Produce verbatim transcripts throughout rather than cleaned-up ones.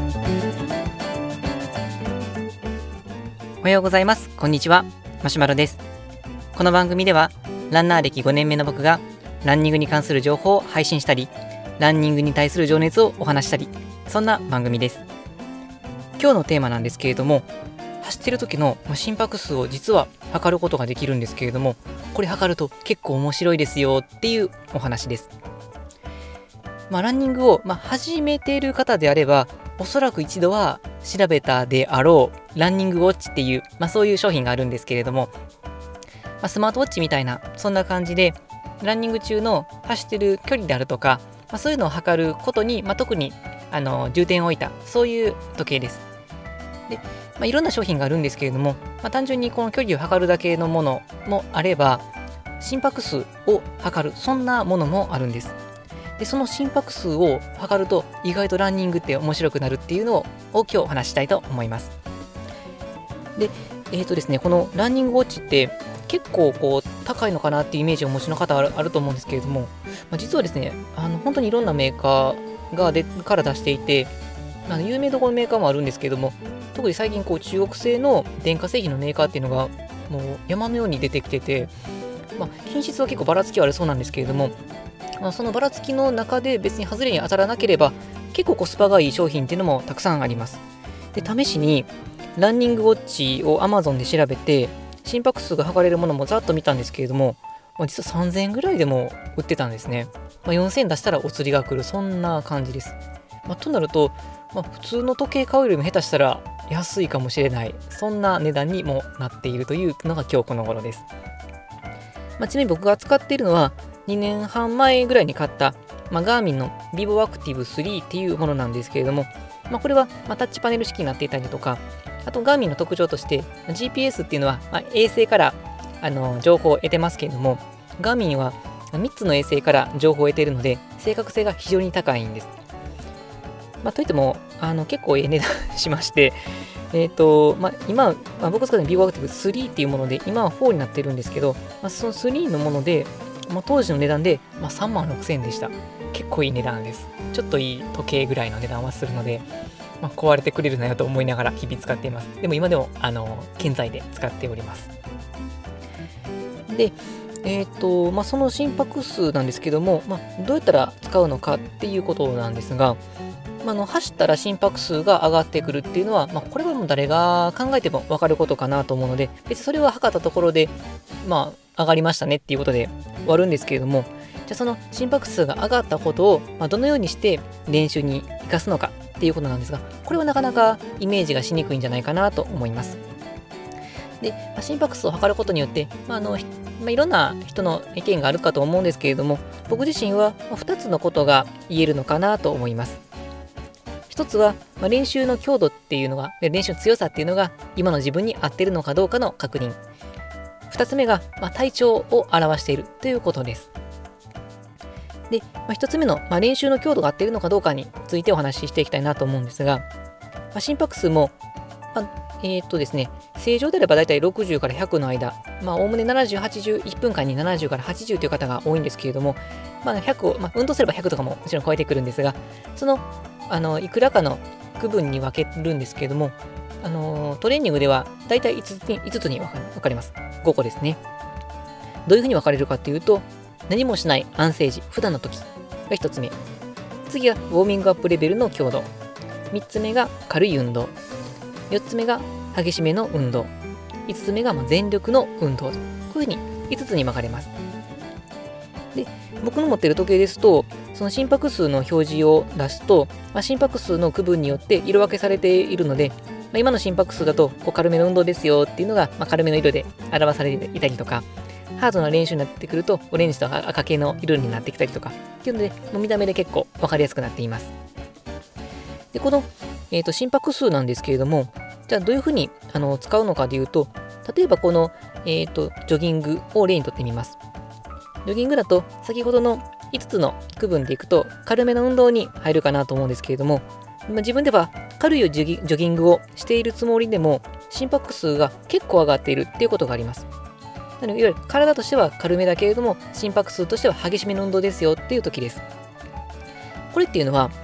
おはようございます。こんにちは。マシュマロです。この番組ではランナー歴ごねんめの僕がランニングに関する情報を配信したり、ランニングに対する情熱をお話したり、そんな番組です。今日のテーマなんですけれども、走ってる時の心拍数を実は測ることができるんですけれども、これ測ると結構面白いですよっていうお話です。まあ、ランニングを、まあ、始めている方であれば、おそらく一度は調べたであろうランニングウォッチっていう、まあ、そういう商品があるんですけれども、まあ、スマートウォッチみたいなそんな感じでランニング中の走ってる距離であるとか、まあ、そういうのを測ることに、まあ、特にあの重点を置いたそういう時計です。で、まあ、いろんな商品があるんですけれども、まあ、単純にこの距離を測るだけのものもあれば、心拍数を測るそんなものもあるんです。で、その心拍数を測ると意外とランニングって面白くなるっていうのを今日お話したいと思います。で、えーとですね、このランニングウォッチって結構こう高いのかなっていうイメージをお持ちの方ある、あると思うんですけれども、まあ、実はですね、あの本当にいろんなメーカーがでから出していて、あの有名どころのメーカーもあるんですけれども、特に最近こう中国製の電化製品のメーカーっていうのがもう山のように出てきてて、まあ、品質は結構ばらつきはあるそうなんですけれども、まあ、そのばらつきの中で別に外れに当たらなければ結構コスパがいい商品っていうのもたくさんあります。で、試しにランニングウォッチを Amazon で調べて心拍数が測れるものもざっと見たんですけれども、まあ、実はさんぜんえんぐらいでも売ってたんですね。まあ、よんせんえん出したらお釣りが来る、そんな感じです。まあ、となると、まあ、普通の時計買うよりも下手したら安いかもしれない、そんな値段にもなっているというのが今日この頃です。まあ、ちなみに僕が使っているのはにねんはん前ぐらいに買った、まあ、ガーミンの Vivo Active スリーっていうものなんですけれども、まあ、これはまあタッチパネル式になっていたりとか、あとガーミンの特徴として ジーピーエス っていうのは、まあ、衛星からあの情報を得てますけれども、ガーミンはみっつの衛星から情報を得ているので正確性が非常に高いんです。まあ、といってもあの結構ええ値段しまして、えーとまあ、今、まあ、僕が使っている Vivo Active スリーっていうもので今はフォーになっているんですけど、まあ、そのスリーのもので、まあ、当時の値段で、まあ、さんまんろくせんえんでした。結構いい値段です。ちょっといい時計ぐらいの値段はするので、まあ、壊れてくれるなよと思いながら日々使っています。でも今でもあの健在で使っております。で、えーとまあ、その心拍数なんですけども、まあ、どうやったら使うのかっていうことなんですが、まあ、の走ったら心拍数が上がってくるっていうのは、まあ、これはもう誰が考えても分かることかなと思うので、別にそれは測ったところで、まあ、上がりましたねっていうことで終わるんですけれども、じゃあその心拍数が上がったことを、まあ、どのようにして練習に生かすのかっていうことなんですが、これはなかなかイメージがしにくいんじゃないかなと思います。で、まあ、心拍数を測ることによって、まああのまあ、いろんな人の意見があるかと思うんですけれども、僕自身はふたつのことが言えるのかなと思います。一つは、まあ、練習の強度っていうのが、練習の強さっていうのが今の自分に合っているのかどうかの確認。二つ目が、まあ、体調を表しているということです。で、まあ、一つ目の、まあ、練習の強度が合っているのかどうかについてお話ししていきたいなと思うんですが、まあ、心拍数も、まあ、えー、っとですね、正常であればだいたいろくじゅうからひゃくの間、まあ、おおむねななじゅう、はちじゅう、いっぷんかんにななじゅうからはちじゅうという方が多いんですけれども、まあ、ひゃくを、まあ、運動すればひゃくとかももちろん超えてくるんですが、そのあのいくらかの区分に分けるんですけれども、あのトレーニングではだいたいいつつにいつつに分か分かれます。ごこですね。どういうふうに分かれるかっていうと、何もしない安静時、普段の時がひとつめ。次はウォーミングアップレベルの強度。みっつめが軽い運動。よっつめが激しめの運動。いつつめが全力の運動。こういうふうにいつつに分かれます。で、僕の持っている時計ですと、その心拍数の表示を出すと、まあ、心拍数の区分によって色分けされているので、まあ、今の心拍数だとこう軽めの運動ですよっていうのが、まあ、軽めの色で表されていたりとか、ハードな練習になってくるとオレンジと赤系の色になってきたりとかっていうので、もう見た目で結構分かりやすくなっています。で、この、えーと、心拍数なんですけれども、じゃあどういうふうにあの使うのかでいうと、例えばこの、えーと、ジョギングを例にとってみます。ジョギングだと先ほどのいつつの区分でいくと軽めの運動に入るかなと思うんですけれども、まあ、自分では軽いジョギ、ジョギングをしているつもりでも心拍数が結構上がっているっていうことがあります。なのでいわゆる体としては軽めだけれども心拍数としては激しめの運動ですよっていう時です。これっていうのは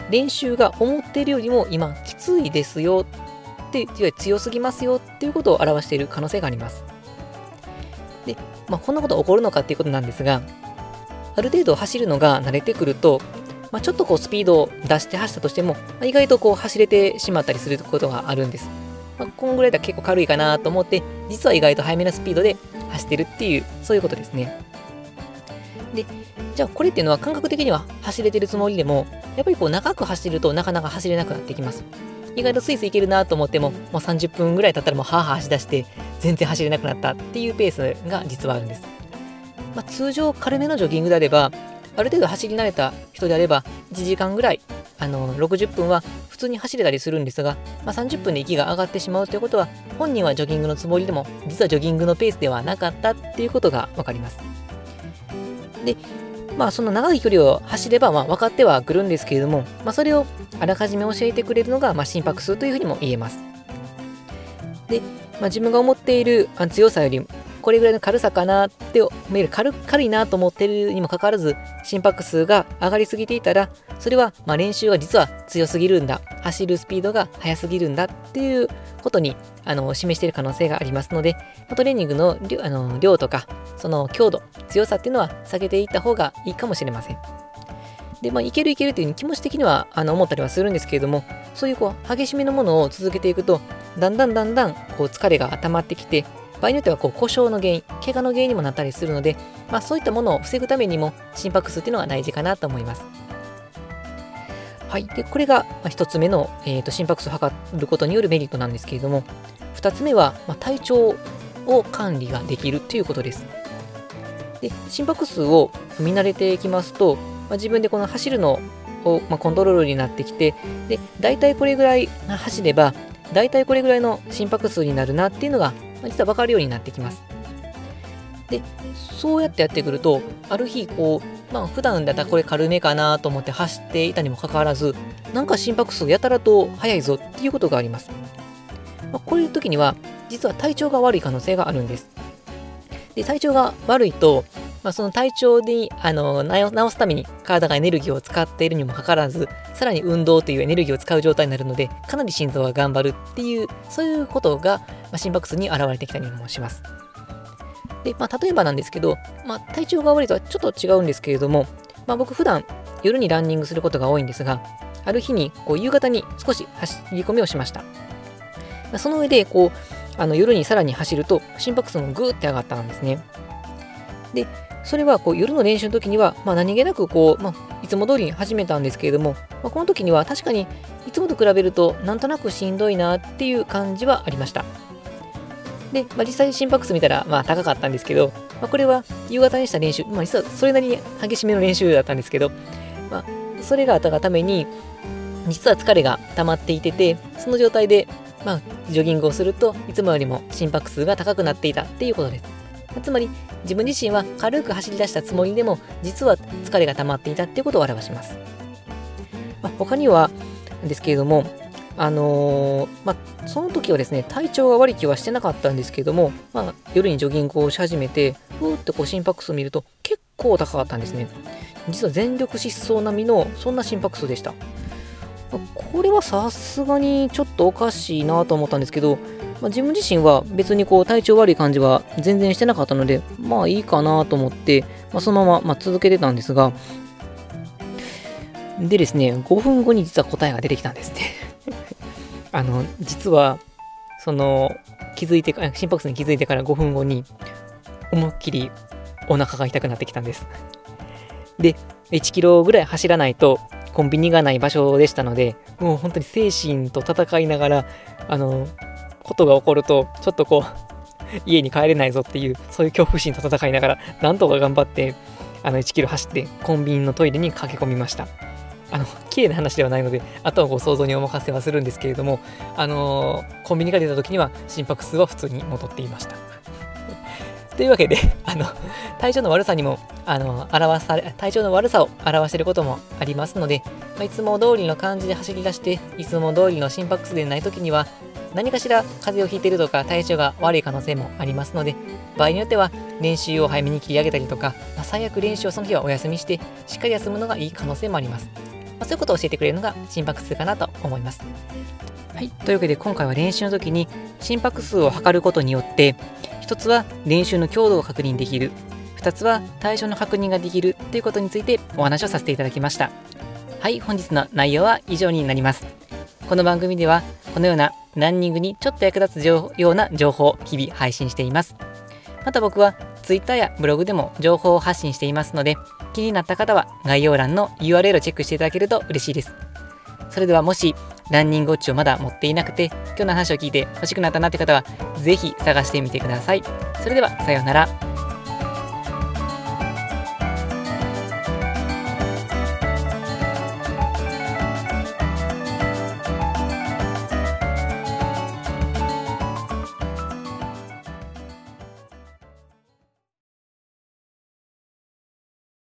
練習が思っているよりも今きついですよって、いわゆる強すぎますよっていうことを表している可能性があります。で、まあ、こんなことが起こるのかっていうことなんですが、ある程度走るのが慣れてくると、まあ、ちょっとこうスピードを出して走ったとしても、まあ、意外とこう走れてしまったりすることがあるんです。まあ、このぐらいだと結構軽いかなと思って、実は意外と速めのスピードで走ってるっていう、そういうことですね。で、じゃあこれっていうのは感覚的には走れてるつもりでも、やっぱりこう長く走るとなかなか走れなくなってきます。意外とスイスいけるなと思っても、もうさんじゅっぷんぐらい経ったらもうハーハー走り出して、全然走れなくなったっていうペースが実はあるんです。まあ、通常軽めのジョギングであれば、ある程度走り慣れた人であれば、いちじかんぐらい、あのろくじゅっぷんは普通に走れたりするんですが、まあ、さんじゅっぷんで息が上がってしまうということは、本人はジョギングのつもりでも、実はジョギングのペースではなかったっていうことがわかります。で、まあその長い距離を走ればまあ分かってはくるんですけれども、まあ、それをあらかじめ教えてくれるのがまあ心拍数というふうにも言えます。で、まあ、自分が思っている強さよりこれぐらいの軽さかなって思える 軽, 軽いなと思っているにもかかわらず心拍数が上がりすぎていたら、それはまあ練習が実は強すぎるんだ、走るスピードが速すぎるんだっていうことにあの示している可能性がありますので、トレーニングの 量, あの量とかその強度強さっていうのは下げていった方がいいかもしれません。で、まあ、いけるいけるというふうに気持ち的にはあの思ったりはするんですけれども、そういうこう激しめのものを続けていくと、だんだんだんだんこう疲れが溜まってきて、場合によってはこう故障の原因、怪我の原因にもなったりするので、まあ、そういったものを防ぐためにも心拍数っていうのは大事かなと思います。はい。で、これが一つ目の、えー、と心拍数を測ることによるメリットなんですけれども、二つ目は、まあ、体調を管理ができるということです。で、心拍数を見慣れていきますと、まあ、自分でこの走るのを、まあ、コントロールになってきて、で、大体これぐらい走れば、大体これぐらいの心拍数になるなっていうのが、まあ、実は分かるようになってきます。で、そうやってやってくると、ある日、こう、まあ、普段だったらこれ軽めかなと思って走っていたにもかかわらず、なんか心拍数やたらと速いぞっていうことがあります。まあ、こういう時には、実は体調が悪い可能性があるんです。で、体調が悪いと、まあ、その体調にあの治すために体がエネルギーを使っているにもかかわらず、さらに運動というエネルギーを使う状態になるので、かなり心臓が頑張るっていう、そういうことが、まあ、心拍数に現れてきたりもします。で、まあ、例えばなんですけど、まあ、体調が悪いとはちょっと違うんですけれども、まあ、僕普段夜にランニングすることが多いんですが、ある日にこう夕方に少し走り込みをしました。まあ、その上でこうあの夜にさらに走ると心拍数もグーって上がったんですね。で、それはこう夜の練習の時には、まあ、何気なくこう、まあ、いつも通りに始めたんですけれども、まあ、この時には確かにいつもと比べるとなんとなくしんどいなっていう感じはありました。で、まあ、実際心拍数見たらまあ高かったんですけど、まあ、これは夕方にした練習、まあ、実はそれなりに激しめの練習だったんですけど、まあ、それがあったがために実は疲れが溜まっていてて、その状態で、まあ、ジョギングをするといつもよりも心拍数が高くなっていたっていうことです。つまり自分自身は軽く走り出したつもりでも実は疲れが溜まっていたっていうことを表します。まあ、他にはですけれども、あのーまあ、その時はですね、体調が悪い気はしてなかったんですけども、まあ、夜にジョギングをし始めて、ふーってこう心拍数を見ると結構高かったんですね。実は全力疾走並みのそんな心拍数でした。これはさすがにちょっとおかしいなと思ったんですけど、まあ、自分自身は別にこう体調悪い感じは全然してなかったので、まあいいかなと思って、まあ、そのまままあ続けてたんですが、でですね、ごふんごに実は答えが出てきたんですね。あの、実は、その、気づいてから、心拍数に気づいてからごふんごに、思いっきりお腹が痛くなってきたんです。で、いちキロぐらい走らないと、コンビニがない場所でしたので、もう本当に精神と戦いながら、あの、ことが起こると、ちょっとこう、家に帰れないぞっていう、そういう恐怖心と戦いながら、なんとか頑張って、あの、いちキロ走って、コンビニのトイレに駆け込みました。あの、綺麗な話ではないので、あとはご想像にお任せはするんですけれども、あのー、コンビニが出た時には心拍数は普通に戻っていました。というわけで、あの、体調の悪さにも、あの、表され、体調の悪さを表していることもありますので、まあ、いつも通りの感じで走り出して、いつも通りの心拍数でない時には、何かしら風邪をひいているとか体調が悪い可能性もありますので、場合によっては練習を早めに切り上げたりとか、まあ、最悪練習をその日はお休みしてしっかり休むのがいい可能性もあります。 あ、そういうことを教えてくれるのが心拍数かなと思います。はい、というわけで今回は練習の時に心拍数を測ることによってひとつは練習の強度を確認できる、ふたつは対象の確認ができるということについてお話をさせていただきました。はい、本日の内容は以上になります。この番組ではこのようなランニングにちょっと役立つような情報を日々配信しています。また僕は Twitter やブログでも情報を発信していますので、気になった方は概要欄の ユーアールエル をチェックしていただけると嬉しいです。それではもしランニングウォッチをまだ持っていなくて今日の話を聞いて欲しくなったなって方はぜひ探してみてください。それではさようなら。